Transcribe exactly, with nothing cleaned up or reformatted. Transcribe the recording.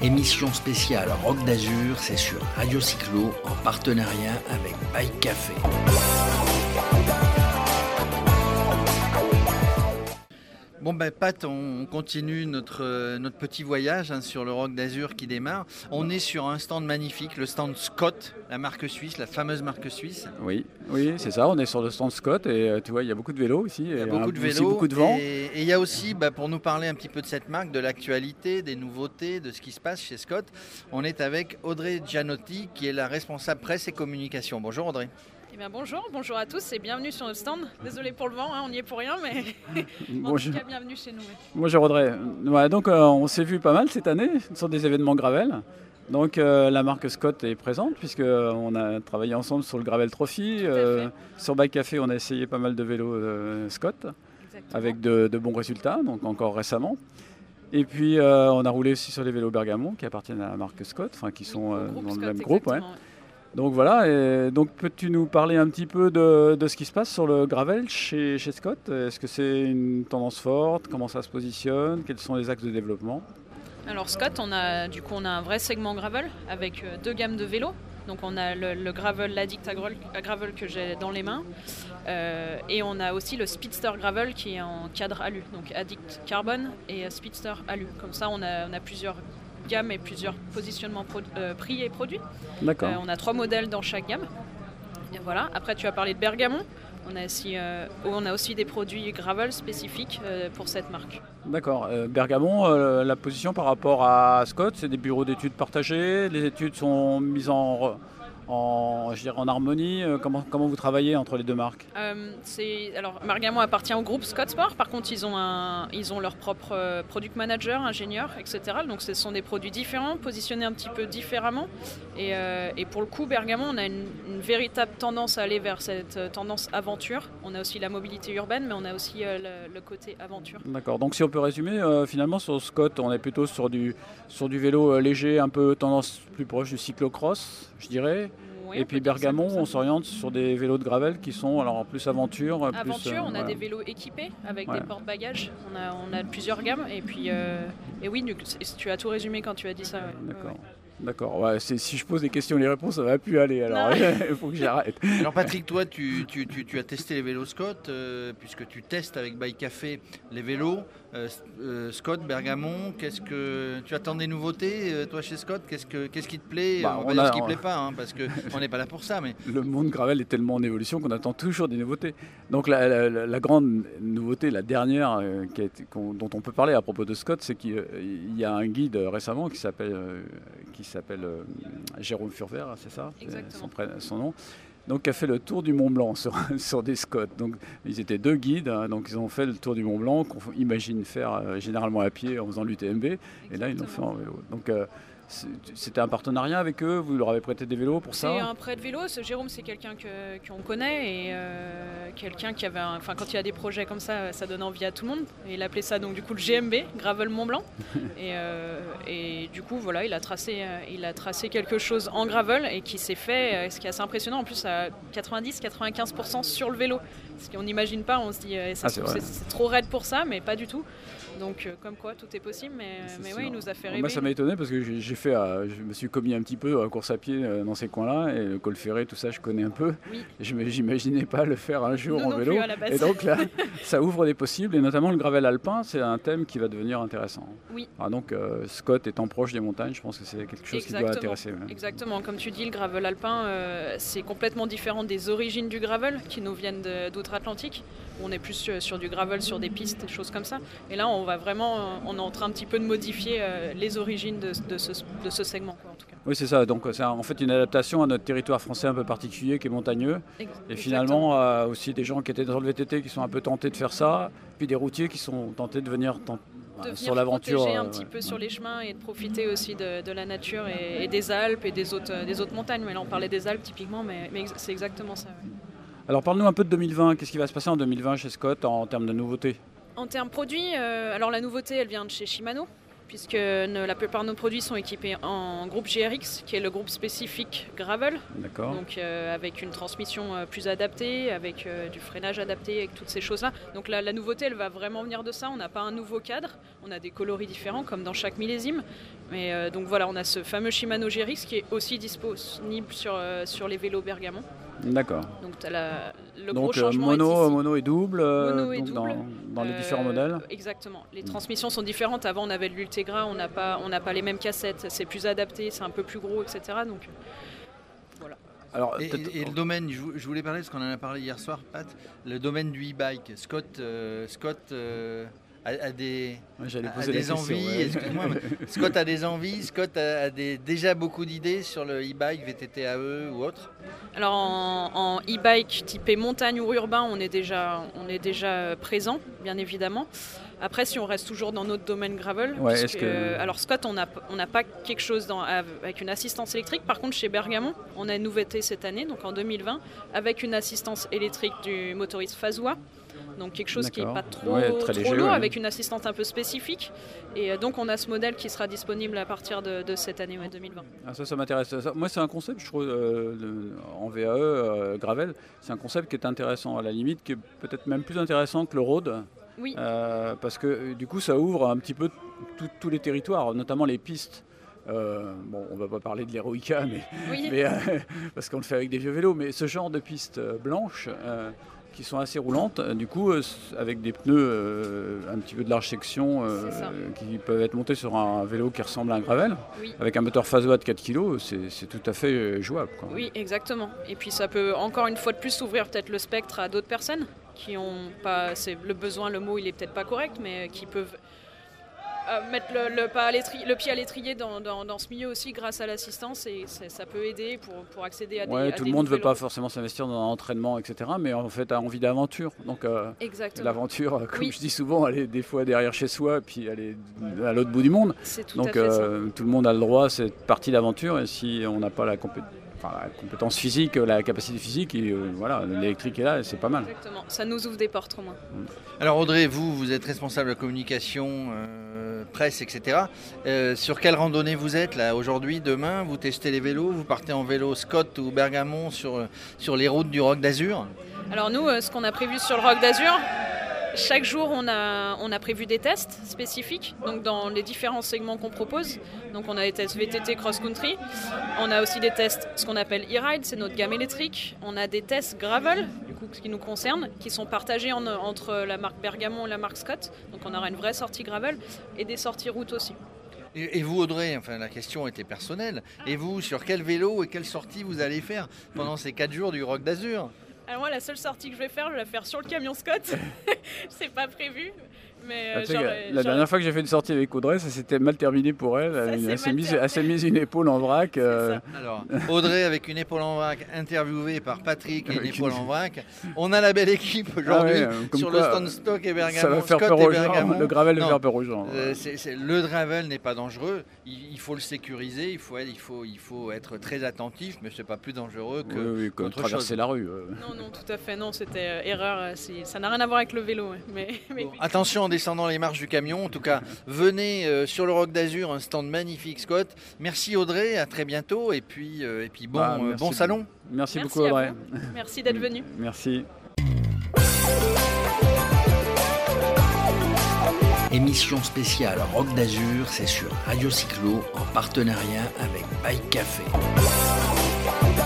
Émission spéciale Rock d'Azur, c'est sur Radio Cyclo en partenariat avec Bike Café. Bon ben Pat, on continue notre, notre petit voyage hein, sur le Rock d'Azur qui démarre. On est sur un stand magnifique, le stand Scott, la marque suisse, la fameuse marque suisse. Oui, oui, c'est ça, on est sur le stand Scott et euh, tu vois, il y a beaucoup de vélos ici. Il y a beaucoup et, de euh, vélos beaucoup de vent. Et, et il y a aussi, bah, pour nous parler un petit peu de cette marque, de l'actualité, des nouveautés, de ce qui se passe chez Scott, on est avec Audrey Gianotti qui est la responsable presse et communication. Bonjour Audrey. Eh bien, bonjour, bonjour à tous et bienvenue sur notre stand. Désolé pour le vent, hein, on n'y est pour rien, mais en Bonjour. tout cas, bienvenue chez nous. Ouais. Bonjour Audrey. Ouais, donc euh, on s'est vu pas mal cette année sur des événements gravel. Donc euh, la marque Scott est présente puisqu'on a travaillé ensemble sur le Gravel Trophy. Euh, sur Bike Café, on a essayé pas mal de vélos euh, Scott. Exactement. Avec de, de bons résultats, donc encore récemment. Et puis euh, on a roulé aussi sur les vélos Bergamon qui appartiennent à la marque Scott, enfin qui sont euh, dans Scott, le même groupe. Ouais. Donc voilà, et donc peux-tu nous parler un petit peu de, de ce qui se passe sur le gravel chez, chez Scott? Est-ce que c'est une tendance forte? Comment ça se positionne? Quels sont les axes de développement? Alors Scott, on a, du coup, on a un vrai segment gravel avec deux gammes de vélos. Donc on a le, le gravel, l'Addict à gravel que j'ai dans les mains. Euh, et on a aussi le Speedster Gravel qui est en cadre alu. Donc Addict Carbone et Speedster alu. Comme ça, on a, on a plusieurs gamme et plusieurs positionnements pro- euh, prix et produits. D'accord. Euh, on a trois modèles dans chaque gamme. Et voilà. Après, tu as parlé de Bergamon. On a aussi, euh, on a aussi des produits gravel spécifiques euh, pour cette marque. D'accord. Euh, Bergamon, euh, la position par rapport à Scott, c'est des bureaux d'études partagés. Les études sont mises en, en, je dirais en harmonie. Euh, comment, comment vous travaillez entre les deux marques? euh, c'est, alors, Bergamon appartient au groupe Scott Sport. Par contre, ils ont, un, ils ont leur propre euh, product manager, ingénieur, et cetera. Donc, ce sont des produits différents, positionnés un petit peu différemment. Et, euh, et pour le coup, Bergamon, on a une, une véritable tendance à aller vers cette euh, tendance aventure. On a aussi la mobilité urbaine, mais on a aussi euh, le, le côté aventure. D'accord. Donc, si on peut résumer, euh, finalement, sur Scott, on est plutôt sur du, sur du vélo euh, léger, un peu tendance plus proche du cyclocross, je dirais. Oui, et puis Bergamon, on s'oriente sur des vélos de gravel qui sont alors en plus aventure. Aventure, plus, euh, on a voilà. des vélos équipés avec Ouais. des porte-bagages. On a, on a plusieurs gammes. Et puis, euh, et oui, tu as tout résumé quand tu as dit ça. Ouais. D'accord. Ouais, ouais. D'accord. Ouais, c'est, si je pose des questions et les réponses, ça ne va plus aller. Alors, il faut que j'arrête. Alors Patrick, toi, tu, tu, tu, tu as testé les vélos Scott, euh, puisque tu testes avec Bike Café les vélos. Euh, euh, Scott, Bergamon, qu'est-ce que tu attends des nouveautés, euh, toi chez Scott? Qu'est-ce, que, qu'est-ce qui te plaît? Bah, on va on dire a, ce qui ne on... plaît pas, hein, parce qu'on n'est pas là pour ça. Mais... Le monde gravel est tellement en évolution qu'on attend toujours des nouveautés. Donc la, la, la, la grande nouveauté, la dernière euh, qui a été, dont on peut parler à propos de Scott, c'est qu'il y a un guide récemment qui s'appelle, euh, qui s'appelle euh, Jérôme Furver, c'est ça? Exactement. Son, son nom. Donc, qui a fait le tour du Mont Blanc sur, sur des Scott. Donc, ils étaient deux guides, hein, donc ils ont fait le tour du Mont Blanc qu'on imagine faire euh, généralement à pied en faisant l'U T M B. Exactement. Et là, ils l'ont fait en vélo. Donc, euh, c'était un partenariat avec eux? Vous leur avez prêté des vélos pour ça? C'est un prêt de vélo. Ce Jérôme, c'est quelqu'un que, qu'on connaît et euh, quelqu'un qui avait, un, enfin, quand il y a des projets comme ça, ça donne envie à tout le monde. Et il appelait ça donc du coup le G M B, Gravel Mont Blanc. et, euh, et du coup, voilà, il a tracé, il a tracé quelque chose en gravel et qui s'est fait, ce qui est assez impressionnant. En plus, à quatre-vingt-dix à quatre-vingt-quinze pour cent sur le vélo. Ce qu'on n'imagine pas. On se dit, ça, ah, c'est, c'est, c'est trop raide pour ça, mais pas du tout. Donc, euh, comme quoi, tout est possible, mais, mais ouais, il nous a fait rêver. Moi, ça m'a étonné parce que j'ai, j'ai fait, euh, je me suis commis un petit peu à course à pied euh, dans ces coins-là, et le col ferré, tout ça, je connais un peu. Oui. Et je n'imaginais pas le faire un jour Nous en non vélo. Plus, à la base. Et donc là, ça ouvre des possibles, et notamment le gravel alpin, c'est un thème qui va devenir intéressant. Oui. Ah, donc, euh, Scott étant proche des montagnes, je pense que c'est quelque chose Exactement. qui doit intéresser. Ouais. Exactement. Comme tu dis, le gravel alpin, euh, c'est complètement différent des origines du gravel qui nous viennent de, d'outre-Atlantique. On est plus sur, sur du gravel, sur des pistes, des choses comme ça. Et là, on va vraiment, on est en train un petit peu de modifier euh, les origines de, de, ce, de ce segment, quoi, en tout cas. Oui, c'est ça. Donc, c'est en fait une adaptation à notre territoire français un peu particulier qui est montagneux. Ex- Et finalement, euh, aussi des gens qui étaient dans le V T T qui sont un peu tentés de faire ça, puis des routiers qui sont tentés de venir tent- de sur l'aventure. protéger un euh, petit ouais, peu ouais. sur les chemins et de profiter aussi de, de la nature et, et des Alpes et des autres, des autres montagnes. Mais là, on parlait des Alpes typiquement, mais, mais c'est exactement ça. Ouais. Alors, parle-nous un peu de deux mille vingt. Qu'est-ce qui va se passer en deux mille vingt chez Scott en, en termes de nouveautés? En termes produits, euh, alors la nouveauté, elle vient de chez Shimano. puisque ne, la plupart de nos produits sont équipés en groupe G R X, qui est le groupe spécifique gravel. D'accord. Donc euh, avec une transmission euh, plus adaptée, avec euh, du freinage adapté, avec toutes ces choses-là. Donc la, la nouveauté, elle va vraiment venir de ça. On n'a pas un nouveau cadre, on a des coloris différents, comme dans chaque millésime. Mais euh, donc voilà, on a ce fameux Shimano G R X qui est aussi disponible sur, euh, sur les vélos Bergamo. D'accord. Donc tu as la, le donc, gros changement mono, est ici. mono et double, Mono euh, et donc double. dans, dans les Euh, différents modèles. Exactement. Les transmissions sont différentes. Avant, on avait de l'Ultegra, on n'a pas, on n'a pas les mêmes cassettes. C'est plus adapté, c'est un peu plus gros, et cetera. Donc voilà. Alors, Et, et- et le domaine, je, vou- je voulais parler, parce qu'on en a parlé hier soir, Pat, le domaine du e-bike. Scott, euh, Scott euh, a, a des, J'allais a poser des la question, envies, ouais. excuse-moi, mais Scott a des envies, Scott a, a des, déjà beaucoup d'idées sur le e-bike, V T T A E ou autre. Alors en, en e-bike typé montagne ou urbain, on est déjà, on est déjà présent, bien évidemment. Après, si on reste toujours dans notre domaine gravel, Ouais, puisque, est-ce que- euh, alors Scott, on n'a on n'a pas quelque chose dans- avec une assistance électrique. Par contre, chez Bergamo, on a une nouveauté cette année, donc en deux mille vingt, avec une assistance électrique du motoriste Fazua. Donc quelque chose qui n'est D'accord. pas trop, Ouais, très trop léger, lourd, ouais. avec une assistance un peu spécifique. Et euh, donc on a ce modèle qui sera disponible à partir de, de cette année, ouais, deux mille vingt. Ah, ça, ça m'intéresse. Ça- Moi, c'est un concept, je trouve, euh, le- en V A E, euh, Gravel, c'est un concept qui est intéressant, à la limite, qui est peut-être même plus intéressant que le road, Oui, euh, parce que euh, du coup, ça ouvre un petit peu tout- tous les territoires, notamment les pistes. Euh, bon, on va pas parler de l'Heroica, mais, oui. mais, euh, parce qu'on le fait avec des vieux vélos, mais ce genre de pistes euh, blanches, euh, qui sont assez roulantes, euh, du coup, euh, s- avec des pneus euh, un petit peu de large section, euh, C'est ça. qui peuvent être montés sur un vélo qui ressemble à un gravel. Oui. Avec un moteur Fazua de quatre kilos, c'est c'est tout à fait euh, jouable, quoi. Oui, exactement. Et puis ça peut encore une fois de plus ouvrir peut-être le spectre à d'autres personnes qui ont pas, c'est le besoin, le mot il est peut-être pas correct, mais qui peuvent euh, mettre le, le pas à l'étrier- le pied à l'étrier dans, dans- dans ce milieu aussi grâce à l'assistance, et c'est- ça peut aider pour, pour accéder à des Ouais, à tout des le monde ne veut nouvelles- pas forcément s'investir dans l'entraînement, et cetera, mais en fait a envie d'aventure. Donc euh, Exactement. l'aventure, euh, comme Oui. je dis souvent, elle est des fois derrière chez soi, et puis elle est à l'autre bout du monde. C'est tout Donc à fait ça. euh, tout le monde a le droit à cette partie d'aventure, et si on n'a pas la, compé- enfin, la compétence physique, la capacité physique, et, euh, voilà, l'électrique est là, et c'est pas mal. Exactement. Ça nous ouvre des portes au moins. Alors Audrey, vous, vous êtes responsable de la communication, euh, presse, et cetera. Euh, sur quelle randonnée vous êtes là aujourd'hui, demain? Vous testez les vélos, vous partez en vélo Scott ou Bergamo sur, sur les routes du Roc d'Azur? Alors nous, euh, ce qu'on a prévu sur le Roc d'Azur, chaque jour on a, on a prévu des tests spécifiques, donc dans les différents segments qu'on propose. Donc on a des tests V T T cross-country, on a aussi des tests ce qu'on appelle e-ride, c'est notre gamme électrique. On a des tests gravel, du coup ce qui nous concerne, qui sont partagés en- entre la marque Bergamo et la marque Scott. Donc on aura une vraie sortie gravel et des sorties route aussi. Et, et vous Audrey, enfin la question était personnelle, et vous, sur quel vélo et quelle sortie vous allez faire pendant ces quatre jours du Roc d'Azur? Alors moi la seule sortie que je vais faire, je vais la faire sur le camion Scott. C'est pas prévu. Mais Ah, euh, tu sais que j'aurais- la j'aurais- dernière fois que j'ai fait une sortie avec Audrey, ça s'était mal terminé pour elle. Ça Elle, s'est elle s'est mal mise, terminé. elle s'est mise une épaule en vrac. euh, Alors, Audrey avec une épaule en vrac, interviewée par Patrick et une Avec épaule une- en vrac. On a la belle équipe aujourd'hui Ah ouais, euh, comme sur quoi, le stand stock et Bergamo. ça va faire Scott peur et aux gens. Bergamo. Le gravel va Non, faire peur aux gens. euh, c'est- c'est- le gravel n'est pas dangereux. Il, il faut le sécuriser. Il faut, être- il, faut, il faut être très attentif, mais c'est pas plus dangereux que. Oui, oui, comme autre traverser chose. la rue. euh. Non, non, tout à fait, non, c'était euh, erreur. euh, c'est- Ça n'a rien à voir avec le vélo. ouais. Mais, mais Bon, attention en descendant les marches du camion. En tout cas, venez euh, sur le Roc d'Azur, un stand magnifique, Scott. Merci Audrey, à très bientôt. Et puis, euh, et puis bon, Bah, euh, merci bon salon. Merci, Merci beaucoup à Audrey. merci d'être venu. Merci. Émission spéciale Roc d'Azur, c'est sur Radio Cyclo en partenariat avec Bike Café.